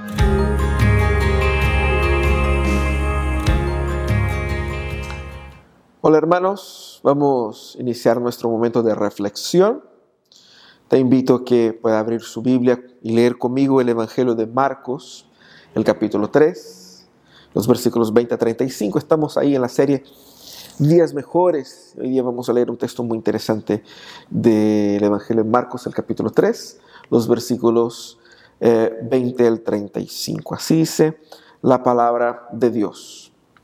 Hola hermanos, vamos a iniciar nuestro momento de reflexión. Te invito a que pueda abrir su Biblia y leer conmigo el Evangelio de Marcos, el capítulo 3, los versículos 20 a 35. Estamos ahí en la serie Días Mejores. Hoy día vamos a leer un texto muy interesante del Evangelio de Marcos, el capítulo 3, los versículos 20 al 35. Así dice la palabra de Dios.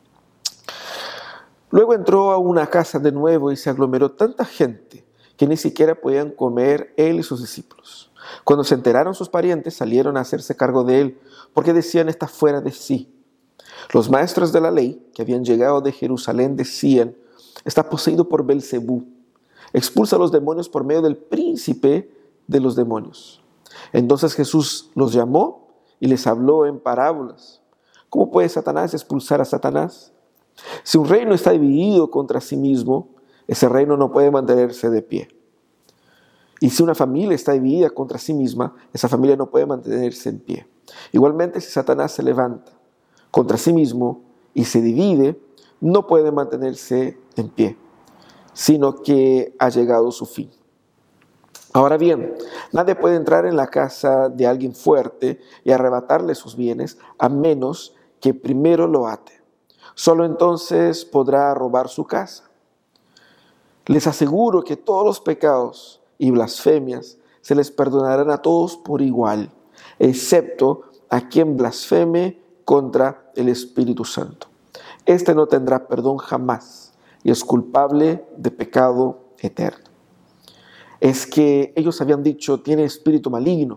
Luego entró a una casa de nuevo y se aglomeró tanta gente que ni siquiera podían comer él y sus discípulos. Cuando se enteraron sus parientes, salieron a hacerse cargo de él, porque decían: está fuera de sí. Los maestros de la ley, que habían llegado de Jerusalén, decían: está poseído por Belcebú. Expulsa a los demonios por medio del príncipe de los demonios. Entonces Jesús los llamó y les habló en parábolas. ¿Cómo puede Satanás expulsar a Satanás? Si un reino está dividido contra sí mismo, ese reino no puede mantenerse de pie. Y si una familia está dividida contra sí misma, esa familia no puede mantenerse en pie. Igualmente, si Satanás se levanta contra sí mismo y se divide, no puede mantenerse en pie, sino que ha llegado su fin. Ahora bien, nadie puede entrar en la casa de alguien fuerte y arrebatarle sus bienes, a menos que primero lo ate. Solo entonces podrá robar su casa. Les aseguro que todos los pecados y blasfemias se les perdonarán a todos por igual, excepto a quien blasfeme contra el Espíritu Santo. Este no tendrá perdón jamás y es culpable de pecado eterno. Es que ellos habían dicho: tiene espíritu maligno.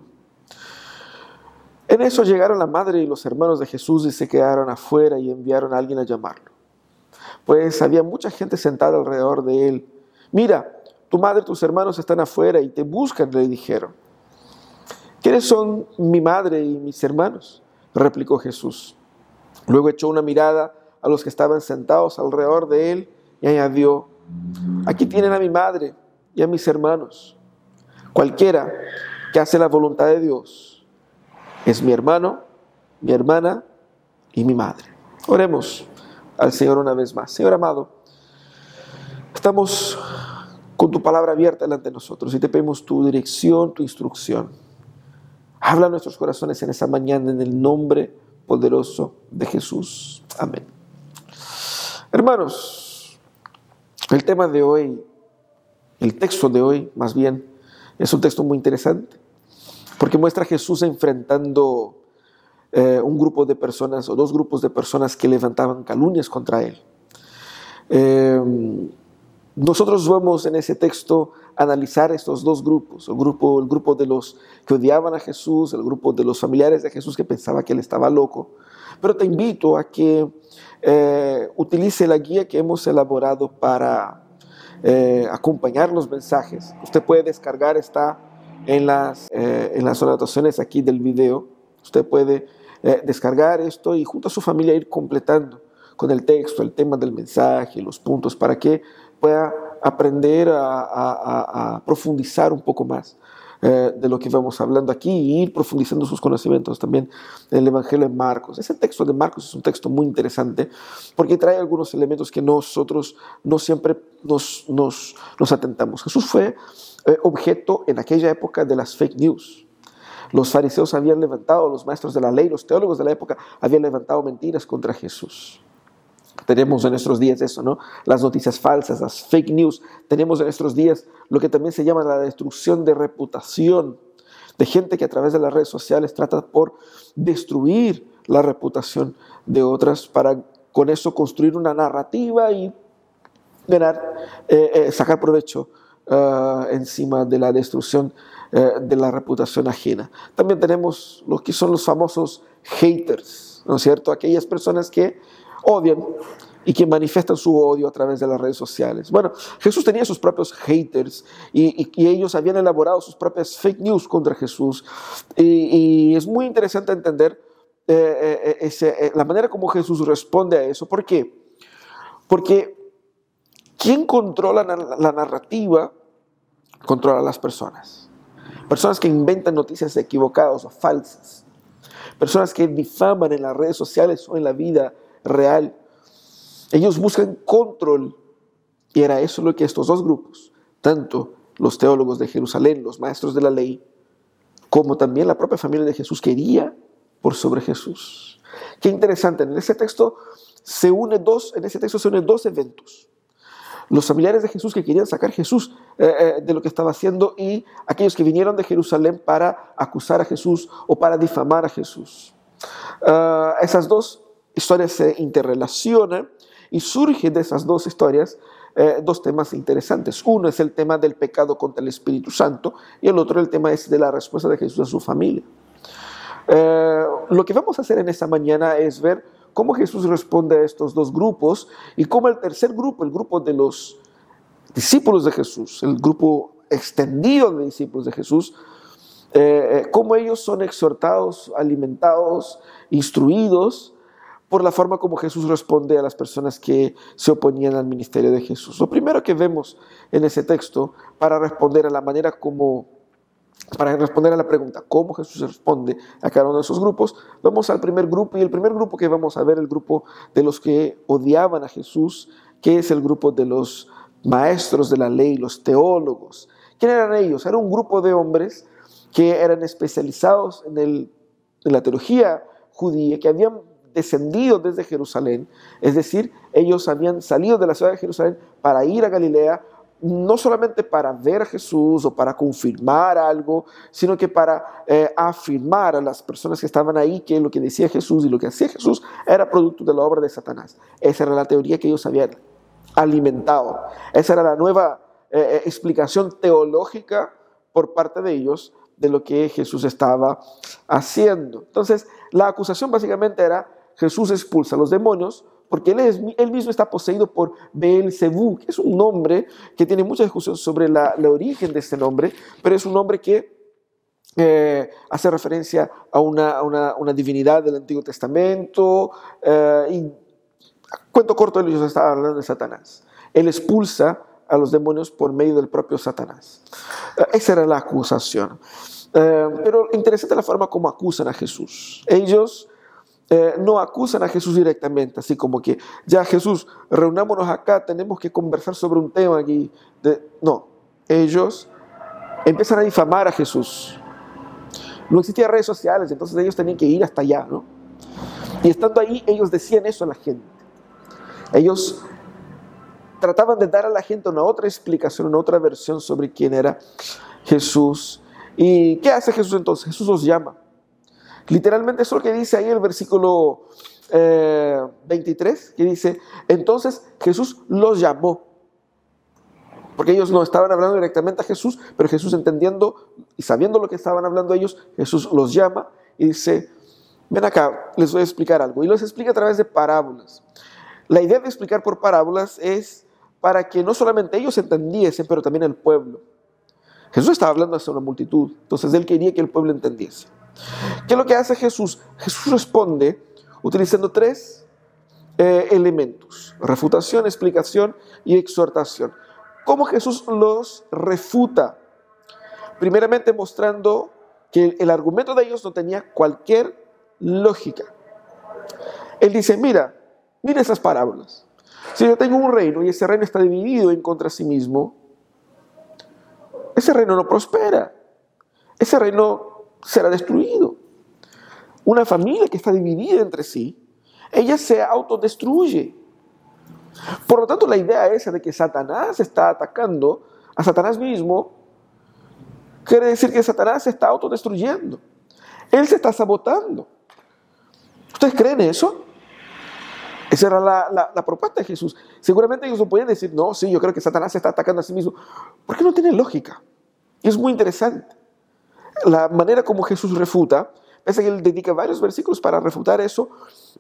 En eso llegaron la madre y los hermanos de Jesús y se quedaron afuera y enviaron a alguien a llamarlo. Pues había mucha gente sentada alrededor de él. Mira, tu madre y tus hermanos están afuera y te buscan, le dijeron. ¿Quiénes son mi madre y mis hermanos?, replicó Jesús. Luego echó una mirada a los que estaban sentados alrededor de él y añadió: aquí tienen a mi madre y a mis hermanos. Cualquiera que hace la voluntad de Dios es mi hermano, mi hermana y mi madre. Oremos al Señor una vez más. Señor amado, estamos con tu palabra abierta delante de nosotros y te pedimos tu dirección, tu instrucción. Habla a nuestros corazones en esa mañana en el nombre poderoso de Jesús. Amén. Hermanos, el tema de hoy, el texto de hoy más bien, es un texto muy interesante porque muestra a Jesús enfrentando un grupo de personas o dos grupos de personas que levantaban calumnias contra él. Nosotros vamos en ese texto a analizar estos dos grupos, el grupo de los que odiaban a Jesús, el grupo de los familiares de Jesús que pensaba que él estaba loco. Pero te invito a que utilice la guía que hemos elaborado para acompañar los mensajes. Usted puede descargar, está en las anotaciones aquí del video. Usted puede descargar esto y junto a su familia ir completando con el texto, el tema del mensaje, los puntos, para que pueda aprender a profundizar un poco más de lo que vamos hablando aquí y ir profundizando sus conocimientos también en el Evangelio de Marcos. Ese texto de Marcos es un texto muy interesante porque trae algunos elementos que nosotros no siempre nos atentamos. Jesús fue objeto en aquella época de las fake news. Los fariseos habían levantado, los maestros de la ley, los teólogos de la época habían levantado mentiras contra Jesús. Tenemos en nuestros días eso, ¿no? Las noticias falsas, las fake news. Tenemos en nuestros días lo que también se llama la destrucción de reputación, de gente que a través de las redes sociales trata por destruir la reputación de otras para con eso construir una narrativa y ganar, sacar provecho encima de la destrucción de la reputación ajena. También tenemos lo que son los famosos haters, ¿no es cierto? Aquellas personas que odian y que manifiestan su odio a través de las redes sociales. Bueno, Jesús tenía sus propios haters y ellos habían elaborado sus propias fake news contra Jesús. Y es muy interesante entender la manera como Jesús responde a eso. ¿Por qué? Porque ¿quién controla la narrativa? Controla a las personas. Personas que inventan noticias equivocadas o falsas. personas que difaman en las redes sociales o en la vida real. Ellos buscan control, y era eso lo que estos dos grupos, tanto los teólogos de Jerusalén, los maestros de la ley, como también la propia familia de Jesús, quería por sobre Jesús. Qué interesante, en ese texto se unen dos eventos. Los familiares de Jesús que querían sacar a Jesús de lo que estaba haciendo, y aquellos que vinieron de Jerusalén para acusar a Jesús o para difamar a Jesús. Esas dos historias se interrelacionan y surgen de esas dos historias dos temas interesantes. Uno es el tema del pecado contra el Espíritu Santo, y el otro el tema es de la respuesta de Jesús a su familia. Lo que vamos a hacer en esta mañana es ver cómo Jesús responde a estos dos grupos, y cómo el tercer grupo, el grupo de los discípulos de Jesús, el grupo extendido de discípulos de Jesús, cómo ellos son exhortados, alimentados, instruidos por la forma como Jesús responde a las personas que se oponían al ministerio de Jesús. Lo primero que vemos en ese texto, para responder a la pregunta cómo Jesús responde a cada uno de esos grupos, vamos al primer grupo, y el primer grupo que vamos a ver, el grupo de los que odiaban a Jesús, que es el grupo de los maestros de la ley, los teólogos. ¿Quién eran ellos? Era un grupo de hombres que eran especializados en la teología judía, que habían descendido desde Jerusalén, es decir, ellos habían salido de la ciudad de Jerusalén para ir a Galilea, no solamente para ver a Jesús o para confirmar algo, sino que para afirmar a las personas que estaban ahí que lo que decía Jesús y lo que hacía Jesús era producto de la obra de Satanás. Esa era la teoría que ellos habían alimentado. Esa era la nueva explicación teológica por parte de ellos de lo que Jesús estaba haciendo. Entonces, la acusación básicamente era: Jesús expulsa a los demonios porque él mismo está poseído por Beelzebú, que es un nombre que tiene mucha discusión sobre el origen de este nombre, pero es un nombre que hace referencia a una divinidad del Antiguo Testamento, y cuento corto, ellos estaban hablando de Satanás. Él expulsa a los demonios por medio del propio Satanás. Esa era la acusación. Pero interesante la forma como acusan a Jesús. Ellos no acusan a Jesús directamente, así como que: ya Jesús, reunámonos acá, tenemos que conversar sobre un tema aquí. No, ellos empiezan a difamar a Jesús. No existían redes sociales, entonces ellos tenían que ir hasta allá, ¿no? Y estando ahí, ellos decían eso a la gente. Ellos trataban de dar a la gente una otra explicación, una otra versión sobre quién era Jesús. ¿Y qué hace Jesús entonces? Jesús los llama. Literalmente eso es lo que dice ahí el versículo 23, que dice: entonces Jesús los llamó. Porque ellos no estaban hablando directamente a Jesús, pero Jesús, entendiendo y sabiendo lo que estaban hablando ellos, Jesús los llama y dice: ven acá, les voy a explicar algo. Y los explica a través de parábolas. La idea de explicar por parábolas es para que no solamente ellos entendiesen, pero también el pueblo. Jesús estaba hablando hacia una multitud, entonces él quería que el pueblo entendiese. ¿Qué es lo que hace Jesús? Jesús responde utilizando tres elementos: refutación, explicación y exhortación. ¿Cómo Jesús los refuta? Primeramente mostrando que el argumento de ellos no tenía cualquier lógica. Él dice: mira esas parábolas. Si yo tengo un reino y ese reino está dividido en contra sí mismo, ese reino no prospera. Ese reino será destruido. Una familia que está dividida entre sí, ella se autodestruye. Por lo tanto, la idea esa de que Satanás está atacando a Satanás mismo, quiere decir que Satanás se está autodestruyendo. Él se está sabotando. ¿Ustedes creen eso? Esa era la propuesta de Jesús. Seguramente ellos no podían decir: no, sí, yo creo que Satanás se está atacando a sí mismo. Porque no tiene lógica. Y es muy interesante la manera como Jesús refuta. Pese a que él dedica varios versículos para refutar eso,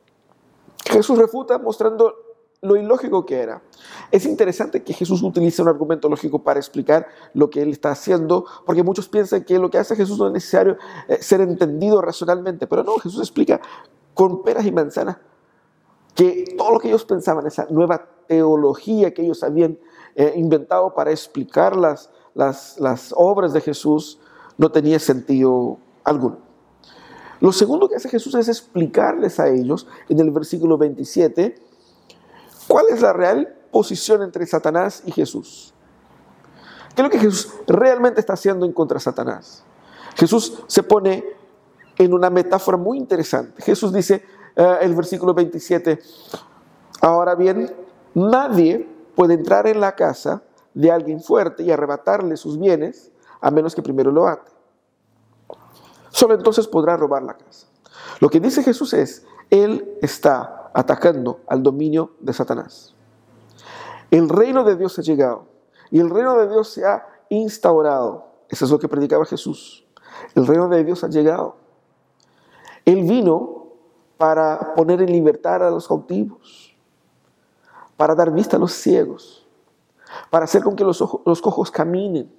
Jesús refuta mostrando lo ilógico que era. Es interesante que Jesús utilice un argumento lógico para explicar lo que él está haciendo, porque muchos piensan que lo que hace Jesús no es necesario ser entendido racionalmente, pero no, Jesús explica con peras y manzanas que todo lo que ellos pensaban, esa nueva teología que ellos habían inventado para explicar las obras de Jesús, no tenía sentido alguno. Lo segundo que hace Jesús es explicarles a ellos, en el versículo 27, cuál es la real posición entre Satanás y Jesús. ¿Qué es lo que Jesús realmente está haciendo en contra de Satanás? Jesús se pone en una metáfora muy interesante. Jesús dice, el versículo 27, ahora bien, nadie puede entrar en la casa de alguien fuerte y arrebatarle sus bienes, a menos que primero lo ate. Solo entonces podrá robar la casa. Lo que dice Jesús es, Él está atacando al dominio de Satanás. El reino de Dios ha llegado y el reino de Dios se ha instaurado. Eso es lo que predicaba Jesús. El reino de Dios ha llegado. Él vino para poner en libertad a los cautivos, para dar vista a los ciegos, para hacer con que los cojos caminen.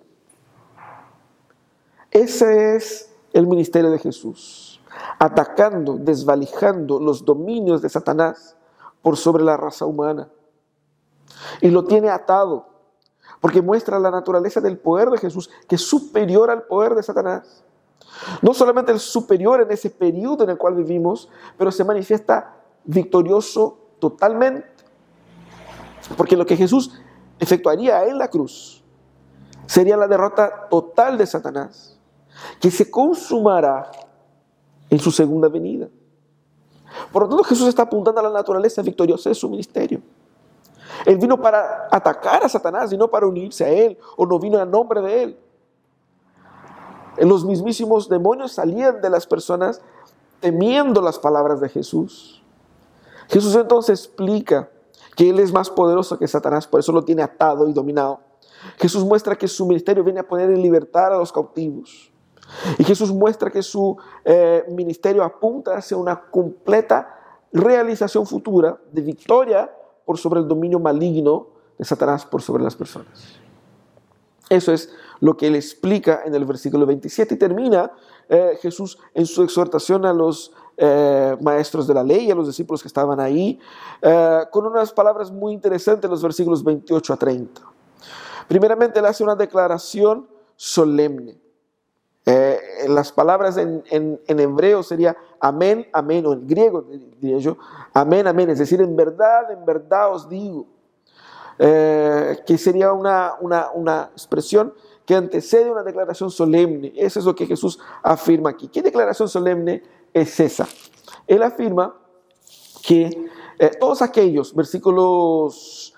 Ese es el ministerio de Jesús, atacando, desvalijando los dominios de Satanás por sobre la raza humana. Y lo tiene atado, porque muestra la naturaleza del poder de Jesús, que es superior al poder de Satanás. No solamente es superior en ese periodo en el cual vivimos, pero se manifiesta victorioso totalmente. Porque lo que Jesús efectuaría en la cruz sería la derrota total de Satanás, que se consumará en su segunda venida. Por lo tanto, Jesús está apuntando a la naturaleza victoriosa de su ministerio. Él vino para atacar a Satanás y no para unirse a él, o no vino a nombre de él. Los mismísimos demonios salían de las personas temiendo las palabras de Jesús. Jesús entonces explica que Él es más poderoso que Satanás, por eso lo tiene atado y dominado. Jesús muestra que su ministerio viene a poner en libertad a los cautivos. Y Jesús muestra que su ministerio apunta hacia una completa realización futura de victoria por sobre el dominio maligno de Satanás por sobre las personas. Eso es lo que Él explica en el versículo 27 y termina Jesús en su exhortación a los maestros de la ley, a los discípulos que estaban ahí, con unas palabras muy interesantes en los versículos 28 a 30. Primeramente, Él hace una declaración solemne. Las palabras en hebreo sería amén, amén, o en griego diría yo, amén, amén, es decir, en verdad os digo. Que sería una expresión que antecede una declaración solemne. Eso es lo que Jesús afirma aquí. ¿Qué declaración solemne es esa? Él afirma que todos aquellos, versículos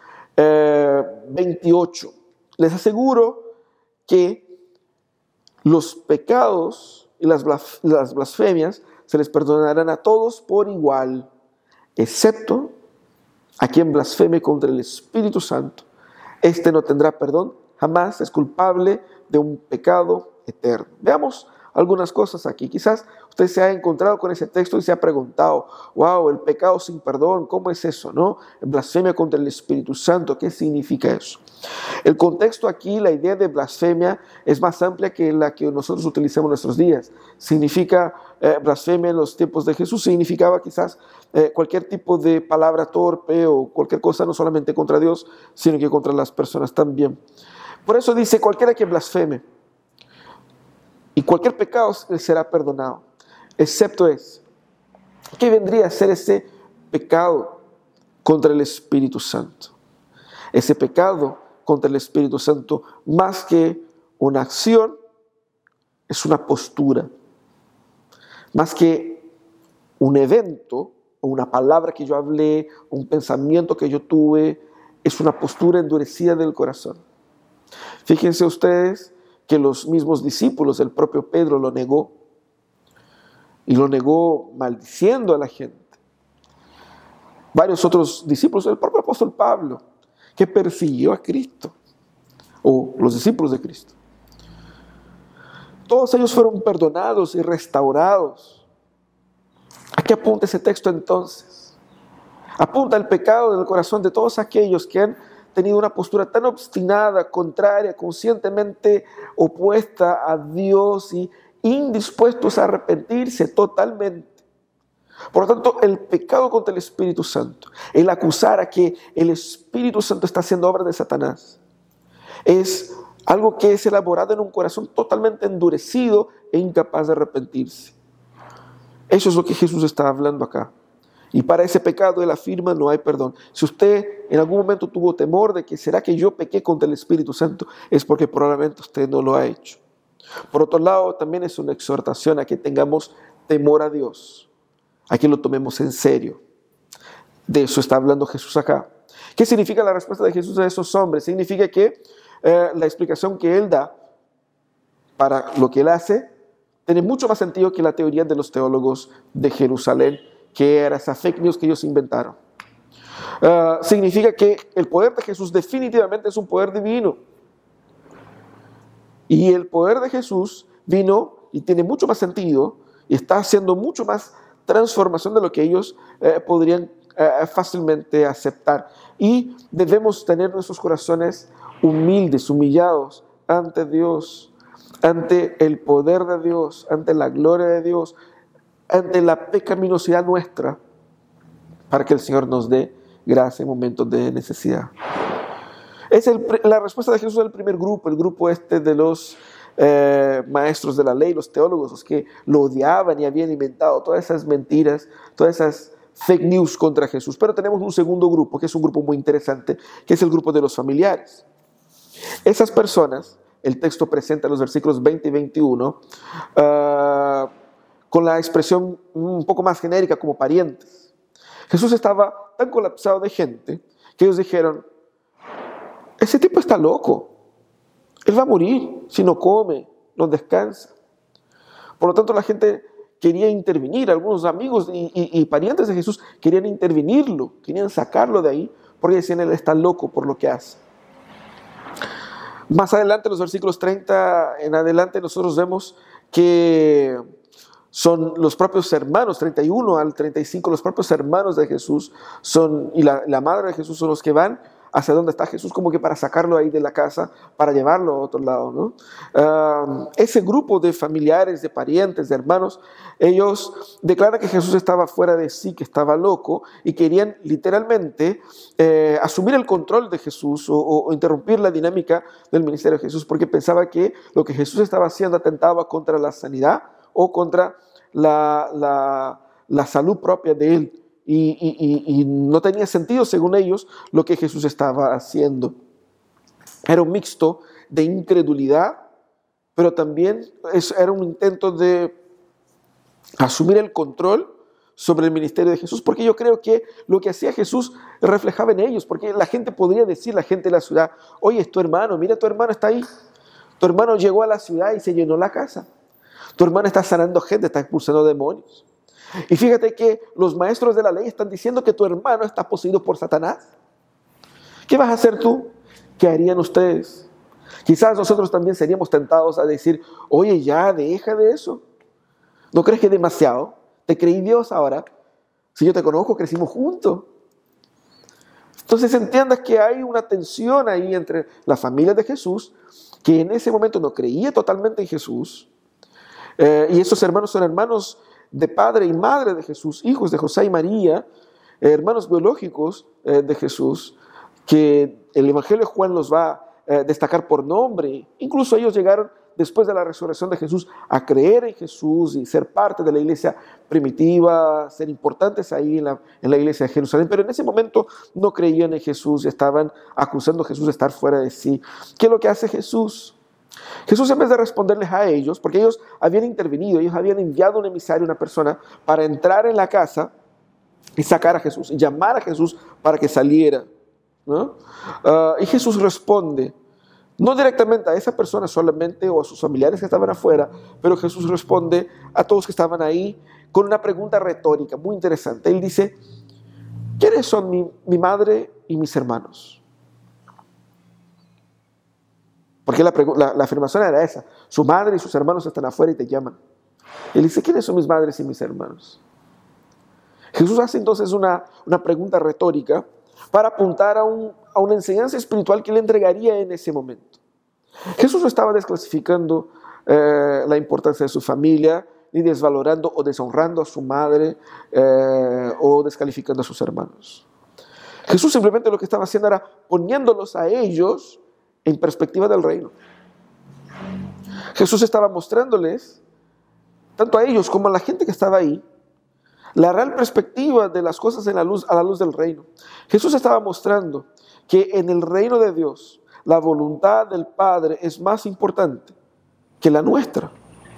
28, les aseguro que los pecados y las blasfemias se les perdonarán a todos por igual, excepto a quien blasfeme contra el Espíritu Santo. Este no tendrá perdón, jamás es culpable de un pecado eterno. Veamos algunas cosas aquí. Quizás usted se ha encontrado con ese texto y se ha preguntado, wow, el pecado sin perdón, ¿cómo es eso, no? Blasfemia contra el Espíritu Santo, ¿qué significa eso? El contexto aquí, la idea de blasfemia es más amplia que la que nosotros utilizamos en nuestros días. Significa blasfemia en los tiempos de Jesús, significaba quizás cualquier tipo de palabra torpe o cualquier cosa, no solamente contra Dios, sino que contra las personas también. Por eso dice, cualquiera que blasfeme y cualquier pecado será perdonado, excepto ese. ¿Qué vendría a ser ese pecado contra el Espíritu Santo? Ese pecado contra el Espíritu Santo, más que una acción, es una postura. Más que un evento o una palabra que yo hablé, un pensamiento que yo tuve, es una postura endurecida del corazón. Fíjense ustedes que los mismos discípulos, el propio Pedro lo negó, y lo negó maldiciendo a la gente. Varios otros discípulos, el propio apóstol Pablo, que persiguió a Cristo, o los discípulos de Cristo. Todos ellos fueron perdonados y restaurados. ¿A qué apunta ese texto entonces? Apunta al pecado del corazón de todos aquellos que han tenido una postura tan obstinada, contraria, conscientemente opuesta a Dios y indispuestos a arrepentirse totalmente. Por lo tanto, el pecado contra el Espíritu Santo, el acusar a que el Espíritu Santo está haciendo obra de Satanás, es algo que es elaborado en un corazón totalmente endurecido e incapaz de arrepentirse. Eso es lo que Jesús está hablando acá. Y para ese pecado Él afirma no hay perdón. Si usted en algún momento tuvo temor de que ¿será que yo pequé contra el Espíritu Santo? Es porque probablemente usted no lo ha hecho. Por otro lado, también es una exhortación a que tengamos temor a Dios, a que lo tomemos en serio. De eso está hablando Jesús acá. ¿Qué significa la respuesta de Jesús a esos hombres? Significa que la explicación que Él da para lo que Él hace tiene mucho más sentido que la teoría de los teólogos de Jerusalén, que era esa fake news que ellos inventaron. Significa que el poder de Jesús definitivamente es un poder divino. Y el poder de Jesús vino y tiene mucho más sentido y está haciendo mucho más transformación de lo que ellos podrían fácilmente aceptar. Y debemos tener nuestros corazones humildes, humillados ante Dios, ante el poder de Dios, ante la gloria de Dios, ante la pecaminosidad nuestra, para que el Señor nos dé gracia en momentos de necesidad. La respuesta de Jesús al primer grupo, el grupo de los maestros de la ley, los teólogos, los que lo odiaban y habían inventado todas esas mentiras, todas esas fake news contra Jesús. Pero tenemos un segundo grupo, que es un grupo muy interesante, que es el grupo de los familiares. Esas personas, el texto presenta los versículos 20 y 21, con la expresión un poco más genérica como parientes. Jesús estaba tan colapsado de gente que ellos dijeron: ese tipo está loco, él va a morir si no come, no descansa. Por lo tanto, la gente quería intervenir, algunos amigos y parientes de Jesús querían intervenirlo, querían sacarlo de ahí, porque decían: él está loco por lo que hace. Más adelante, en los versículos 30 en adelante, nosotros vemos que son los propios hermanos, 31 al 35, los propios hermanos de Jesús y la madre de Jesús son los que van hacia donde está Jesús, como que para sacarlo ahí de la casa, para llevarlo a otro lado, ¿no? Ese grupo de familiares, de parientes, de hermanos, ellos declaran que Jesús estaba fuera de sí, que estaba loco, y querían literalmente asumir el control de Jesús o interrumpir la dinámica del ministerio de Jesús, porque pensaba que lo que Jesús estaba haciendo atentaba contra la sanidad o contra la salud propia de él. Y no tenía sentido, según ellos, lo que Jesús estaba haciendo. Era un mixto de incredulidad, pero también era un intento de asumir el control sobre el ministerio de Jesús, porque yo creo que lo que hacía Jesús reflejaba en ellos, porque la gente podría decir, la gente de la ciudad: oye, es tu hermano, mira, tu hermano está ahí, tu hermano llegó a la ciudad y se llenó la casa, tu hermano está sanando gente, está expulsando demonios. Y fíjate que los maestros de la ley están diciendo que tu hermano está poseído por Satanás. ¿Qué vas a hacer tú? ¿Qué harían ustedes? Quizás nosotros también seríamos tentados a decir: oye, ya, deja de eso. ¿No crees que es demasiado? Te creí Dios ahora. Si yo te conozco, crecimos juntos. Entonces entiendas que hay una tensión ahí entre la familia de Jesús, que en ese momento no creía totalmente en Jesús, y esos hermanos son hermanos de padre y madre de Jesús, hijos de José y María, hermanos biológicos de Jesús, que el Evangelio de Juan los va a destacar por nombre. Incluso ellos llegaron después de la resurrección de Jesús a creer en Jesús y ser parte de la iglesia primitiva, ser importantes ahí en la iglesia de Jerusalén, pero en ese momento no creían en Jesús y estaban acusando a Jesús de estar fuera de sí. ¿Qué es lo que hace Jesús? Jesús, en vez de responderles a ellos, porque ellos habían intervenido, ellos habían enviado un emisario, una persona, para entrar en la casa y sacar a Jesús, y llamar a Jesús para que saliera, ¿no? Y Jesús responde, no directamente a esa persona solamente o a sus familiares que estaban afuera, pero Jesús responde a todos que estaban ahí con una pregunta retórica muy interesante. Él dice: ¿quiénes son mi madre y mis hermanos? Porque la afirmación era esa: su madre y sus hermanos están afuera y te llaman. Él dice: ¿quiénes son mis madres y mis hermanos? Jesús hace entonces una pregunta retórica para apuntar a una enseñanza espiritual que le entregaría en ese momento. Jesús no estaba desclasificando la importancia de su familia, ni desvalorando o deshonrando a su madre o descalificando a sus hermanos. Jesús simplemente lo que estaba haciendo era poniéndolos a ellos en perspectiva del reino. Jesús estaba mostrándoles, tanto a ellos como a la gente que estaba ahí, la real perspectiva de las cosas a la luz del reino. Jesús estaba mostrando que en el reino de Dios la voluntad del Padre es más importante que la nuestra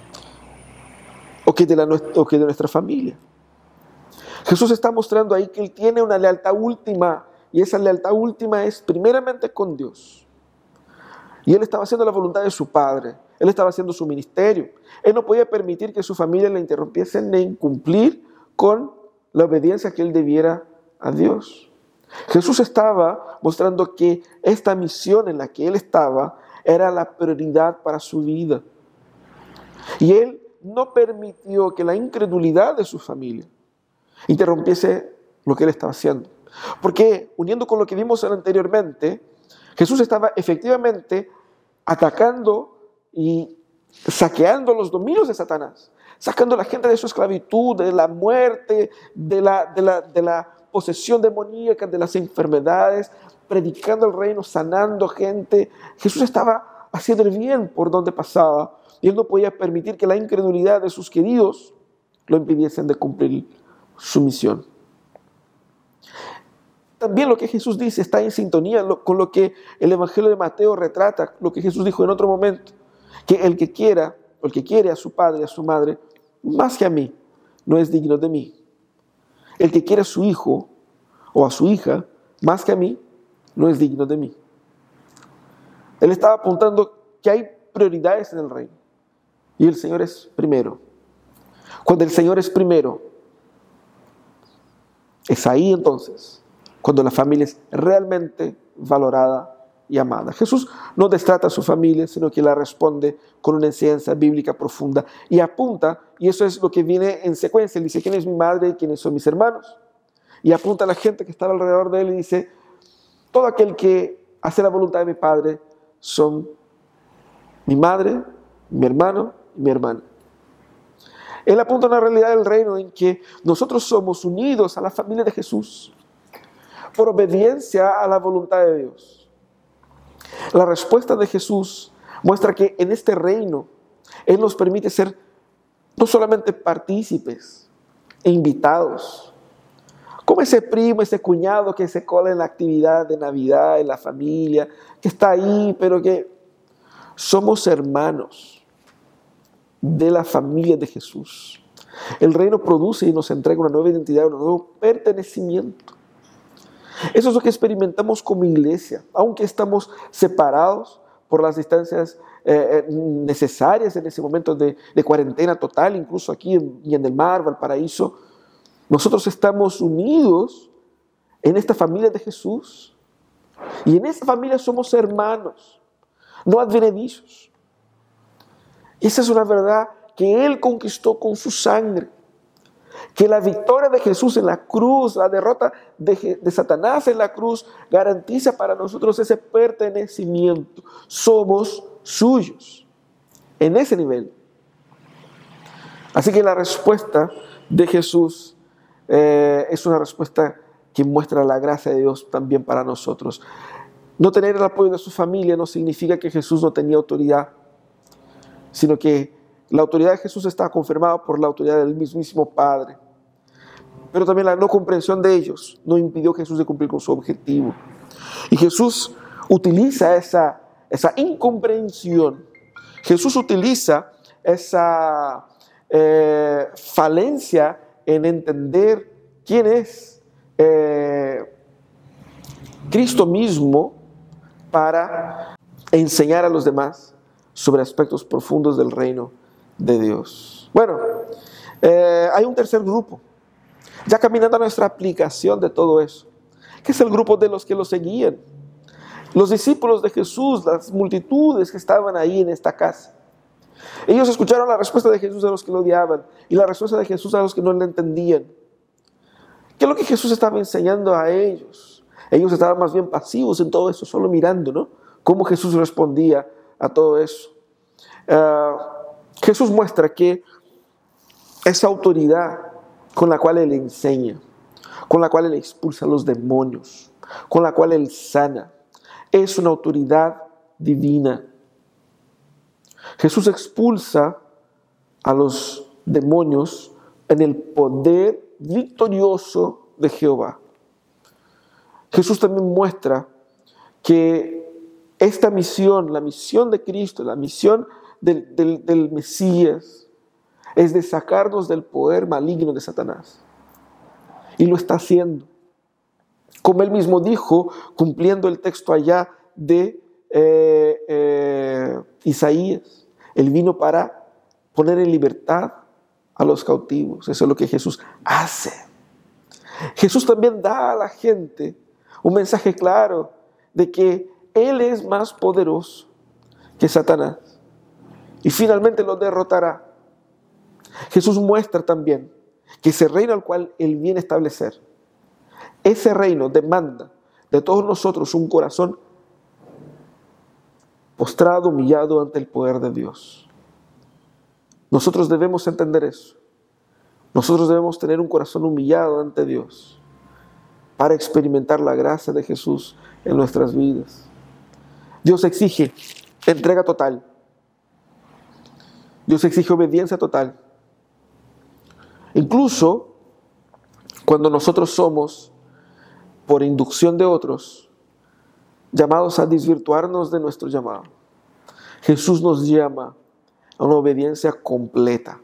o que de nuestra familia. Jesús está mostrando ahí que Él tiene una lealtad última, y esa lealtad última es primeramente con Dios. Y Él estaba haciendo la voluntad de su Padre. Él estaba haciendo su ministerio. Él no podía permitir que su familia le interrumpiese en cumplir con la obediencia que Él debiera a Dios. Jesús estaba mostrando que esta misión en la que Él estaba era la prioridad para su vida. Y Él no permitió que la incredulidad de su familia interrumpiese lo que Él estaba haciendo. Porque, uniendo con lo que vimos anteriormente, Jesús estaba efectivamente atacando y saqueando los dominios de Satanás, sacando a la gente de su esclavitud, de la muerte, de la posesión demoníaca, de las enfermedades, predicando el reino, sanando gente. Jesús estaba haciendo el bien por donde pasaba, y Él no podía permitir que la incredulidad de sus queridos lo impidiesen de cumplir su misión. También lo que Jesús dice está en sintonía con lo que el Evangelio de Mateo retrata, lo que Jesús dijo en otro momento, que el que quiere a su padre y a su madre más que a mí, no es digno de mí. El que quiere a su hijo o a su hija más que a mí, no es digno de mí. Él estaba apuntando que hay prioridades en el reino, y el Señor es primero. Cuando el Señor es primero, es ahí entonces cuando la familia es realmente valorada y amada. Jesús no destrata a su familia, sino que la responde con una enseñanza bíblica profunda y apunta, y eso es lo que viene en secuencia. Él dice: ¿quién es mi madre y quiénes son mis hermanos? Y apunta a la gente que estaba alrededor de él y dice: todo aquel que hace la voluntad de mi Padre son mi madre, mi hermano y mi hermana. Él apunta a una realidad del reino en que nosotros somos unidos a la familia de Jesús por obediencia a la voluntad de Dios. La respuesta de Jesús muestra que en este reino Él nos permite ser no solamente partícipes e invitados, como ese primo, ese cuñado que se cola en la actividad de Navidad, en la familia, que está ahí, pero que somos hermanos de la familia de Jesús. El reino produce y nos entrega una nueva identidad, un nuevo pertenecimiento. Eso es lo que experimentamos como iglesia, aunque estamos separados por las distancias necesarias en ese momento de cuarentena total, incluso aquí en el Mar, Valparaíso. Nosotros estamos unidos en esta familia de Jesús, y en esta familia somos hermanos, no advenedizos. Esa es una verdad que Él conquistó con su sangre. Que la victoria de Jesús en la cruz, la derrota de Satanás en la cruz, garantiza para nosotros ese pertenecimiento. Somos suyos en ese nivel. Así que la respuesta de Jesús es una respuesta que muestra la gracia de Dios también para nosotros. No tener el apoyo de su familia no significa que Jesús no tenía autoridad, sino que la autoridad de Jesús está confirmada por la autoridad del mismísimo Padre. Pero también la no comprensión de ellos no impidió a Jesús de cumplir con su objetivo. Y Jesús utiliza esa incomprensión. Jesús utiliza esa falencia en entender quién es Cristo mismo para enseñar a los demás sobre aspectos profundos del reino de Dios. Bueno, hay un tercer grupo, ya caminando a nuestra aplicación de todo eso, que es el grupo de los que lo seguían. Los discípulos de Jesús, las multitudes que estaban ahí en esta casa. Ellos escucharon la respuesta de Jesús a los que lo odiaban y la respuesta de Jesús a los que no le entendían. ¿Qué es lo que Jesús estaba enseñando a ellos? Ellos estaban más bien pasivos en todo eso, solo mirando, ¿no?, cómo Jesús respondía a todo eso. Jesús muestra que esa autoridad con la cual Él enseña, con la cual Él expulsa a los demonios, con la cual Él sana, es una autoridad divina. Jesús expulsa a los demonios en el poder victorioso de Jehová. Jesús también muestra que esta misión, la misión de Cristo, la misión del Mesías, es de sacarnos del poder maligno de Satanás. Y lo está haciendo. Como él mismo dijo, cumpliendo el texto allá de Isaías, él vino para poner en libertad a los cautivos. Eso es lo que Jesús hace. Jesús también da a la gente un mensaje claro de que Él es más poderoso que Satanás y finalmente lo derrotará. Jesús muestra también que ese reino al cual Él viene a establecer, ese reino demanda de todos nosotros un corazón postrado, humillado ante el poder de Dios. Nosotros debemos entender eso. Nosotros debemos tener un corazón humillado ante Dios para experimentar la gracia de Jesús en nuestras vidas. Dios exige entrega total. Dios exige obediencia total. Incluso cuando nosotros somos, por inducción de otros, llamados a desvirtuarnos de nuestro llamado, Jesús nos llama a una obediencia completa.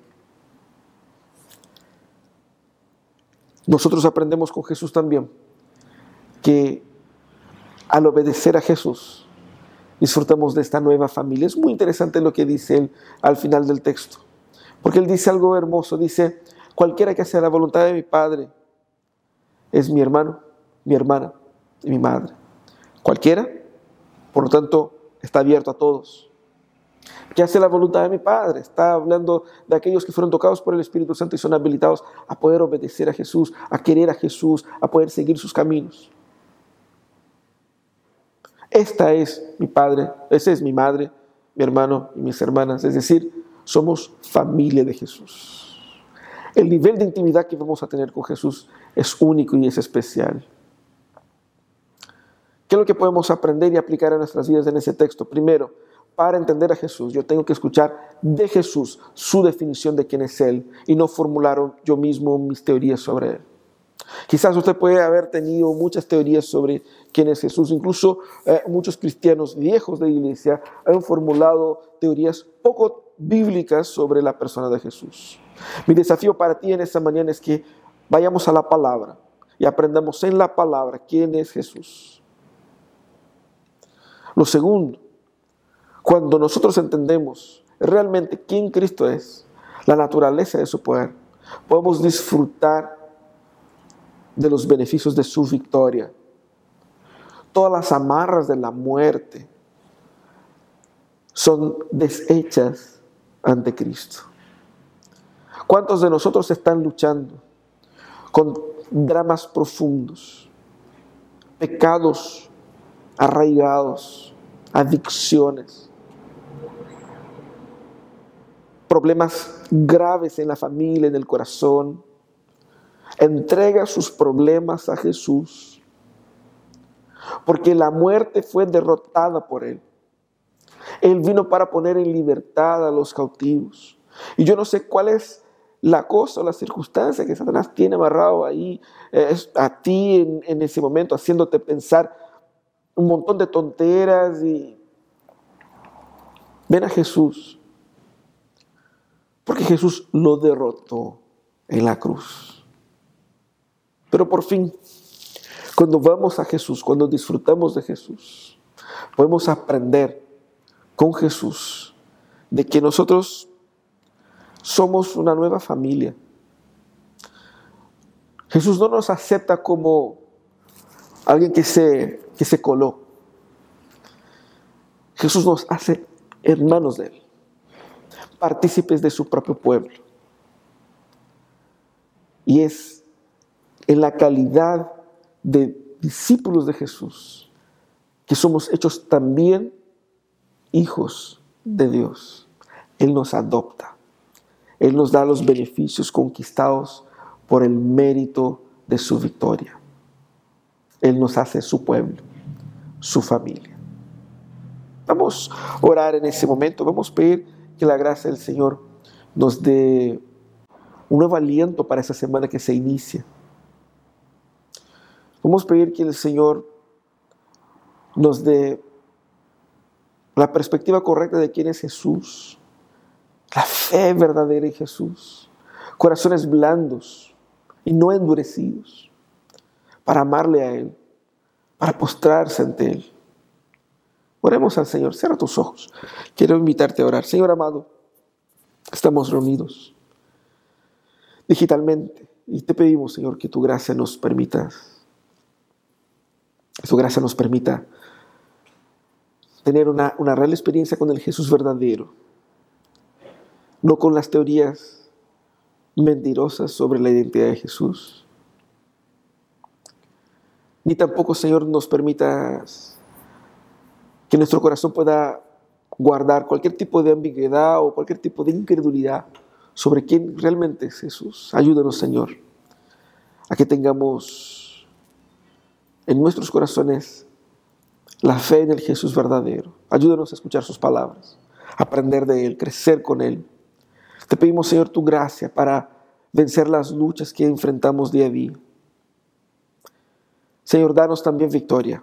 Nosotros aprendemos con Jesús también que al obedecer a Jesús disfrutamos de esta nueva familia. Es muy interesante lo que dice él al final del texto, porque él dice algo hermoso. Dice: cualquiera que haga la voluntad de mi Padre es mi hermano, mi hermana y mi madre. Cualquiera, por lo tanto, está abierto a todos. Que hace la voluntad de mi Padre. Está hablando de aquellos que fueron tocados por el Espíritu Santo y son habilitados a poder obedecer a Jesús, a querer a Jesús, a poder seguir sus caminos. Esta es mi Padre, esa es mi madre, mi hermano y mis hermanas. Es decir, somos familia de Jesús. El nivel de intimidad que vamos a tener con Jesús es único y es especial. ¿Qué es lo que podemos aprender y aplicar a nuestras vidas en ese texto? Primero, para entender a Jesús, yo tengo que escuchar de Jesús su definición de quién es Él y no formular yo mismo mis teorías sobre Él. Quizás usted puede haber tenido muchas teorías sobre quién es Jesús. Incluso muchos cristianos viejos de la iglesia han formulado teorías poco bíblicas sobre la persona de Jesús. Mi desafío para ti en esta mañana es que vayamos a la palabra y aprendamos en la palabra quién es Jesús. Lo segundo, cuando nosotros entendemos realmente quién Cristo es, la naturaleza de su poder, podemos disfrutar de los beneficios de su victoria. Todas las amarras de la muerte son deshechas ante Cristo. ¿Cuántos de nosotros están luchando con dramas profundos, pecados arraigados, adicciones, problemas graves en la familia, en el corazón? Entrega sus problemas a Jesús, porque la muerte fue derrotada por Él. Él vino para poner en libertad a los cautivos. Y yo no sé cuál es la cosa o la circunstancia que Satanás tiene amarrado ahí a ti en ese momento, haciéndote pensar un montón de tonteras. Y ven a Jesús, porque Jesús lo derrotó en la cruz. Pero por fin, cuando vamos a Jesús, cuando disfrutamos de Jesús, podemos aprender con Jesús de que nosotros somos una nueva familia. Jesús no nos acepta como alguien que se coló. Jesús nos hace hermanos de Él, partícipes de su propio pueblo. Y es en la calidad de discípulos de Jesús que somos hechos también hijos de Dios. Él nos adopta. Él nos da los beneficios conquistados por el mérito de su victoria. Él nos hace su pueblo, su familia. Vamos a orar en ese momento. Vamos a pedir que la gracia del Señor nos dé un nuevo aliento para esa semana que se inicia. Vamos a pedir que el Señor nos dé la perspectiva correcta de quién es Jesús, la fe verdadera en Jesús, corazones blandos y no endurecidos, para amarle a Él, para postrarse ante Él. Oremos al Señor. Cierra tus ojos. Quiero invitarte a orar. Señor amado, estamos reunidos digitalmente y te pedimos, Señor, que tu gracia nos permita tener una real experiencia con el Jesús verdadero, no con las teorías mentirosas sobre la identidad de Jesús, ni tampoco, Señor, nos permitas que nuestro corazón pueda guardar cualquier tipo de ambigüedad o cualquier tipo de incredulidad sobre quién realmente es Jesús. Ayúdanos, Señor, a que tengamos en nuestros corazones la fe en el Jesús verdadero. Ayúdanos a escuchar sus palabras, aprender de Él, crecer con Él. Te pedimos, Señor, tu gracia para vencer las luchas que enfrentamos día a día. Señor, danos también victoria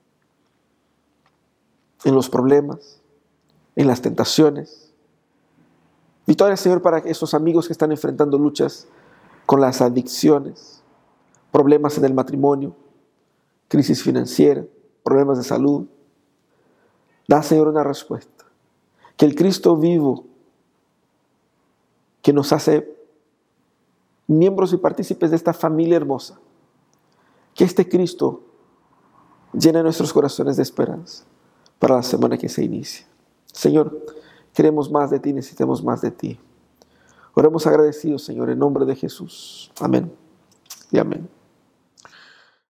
en los problemas, en las tentaciones. Victoria, Señor, para esos amigos que están enfrentando luchas con las adicciones, problemas en el matrimonio, crisis financiera, problemas de salud. Da, Señor, una respuesta. Que el Cristo vivo, que nos hace miembros y partícipes de esta familia hermosa, que este Cristo llene nuestros corazones de esperanza para la semana que se inicia. Señor, queremos más de ti, necesitamos más de ti. Oremos agradecidos, Señor, en nombre de Jesús. Amén y amén.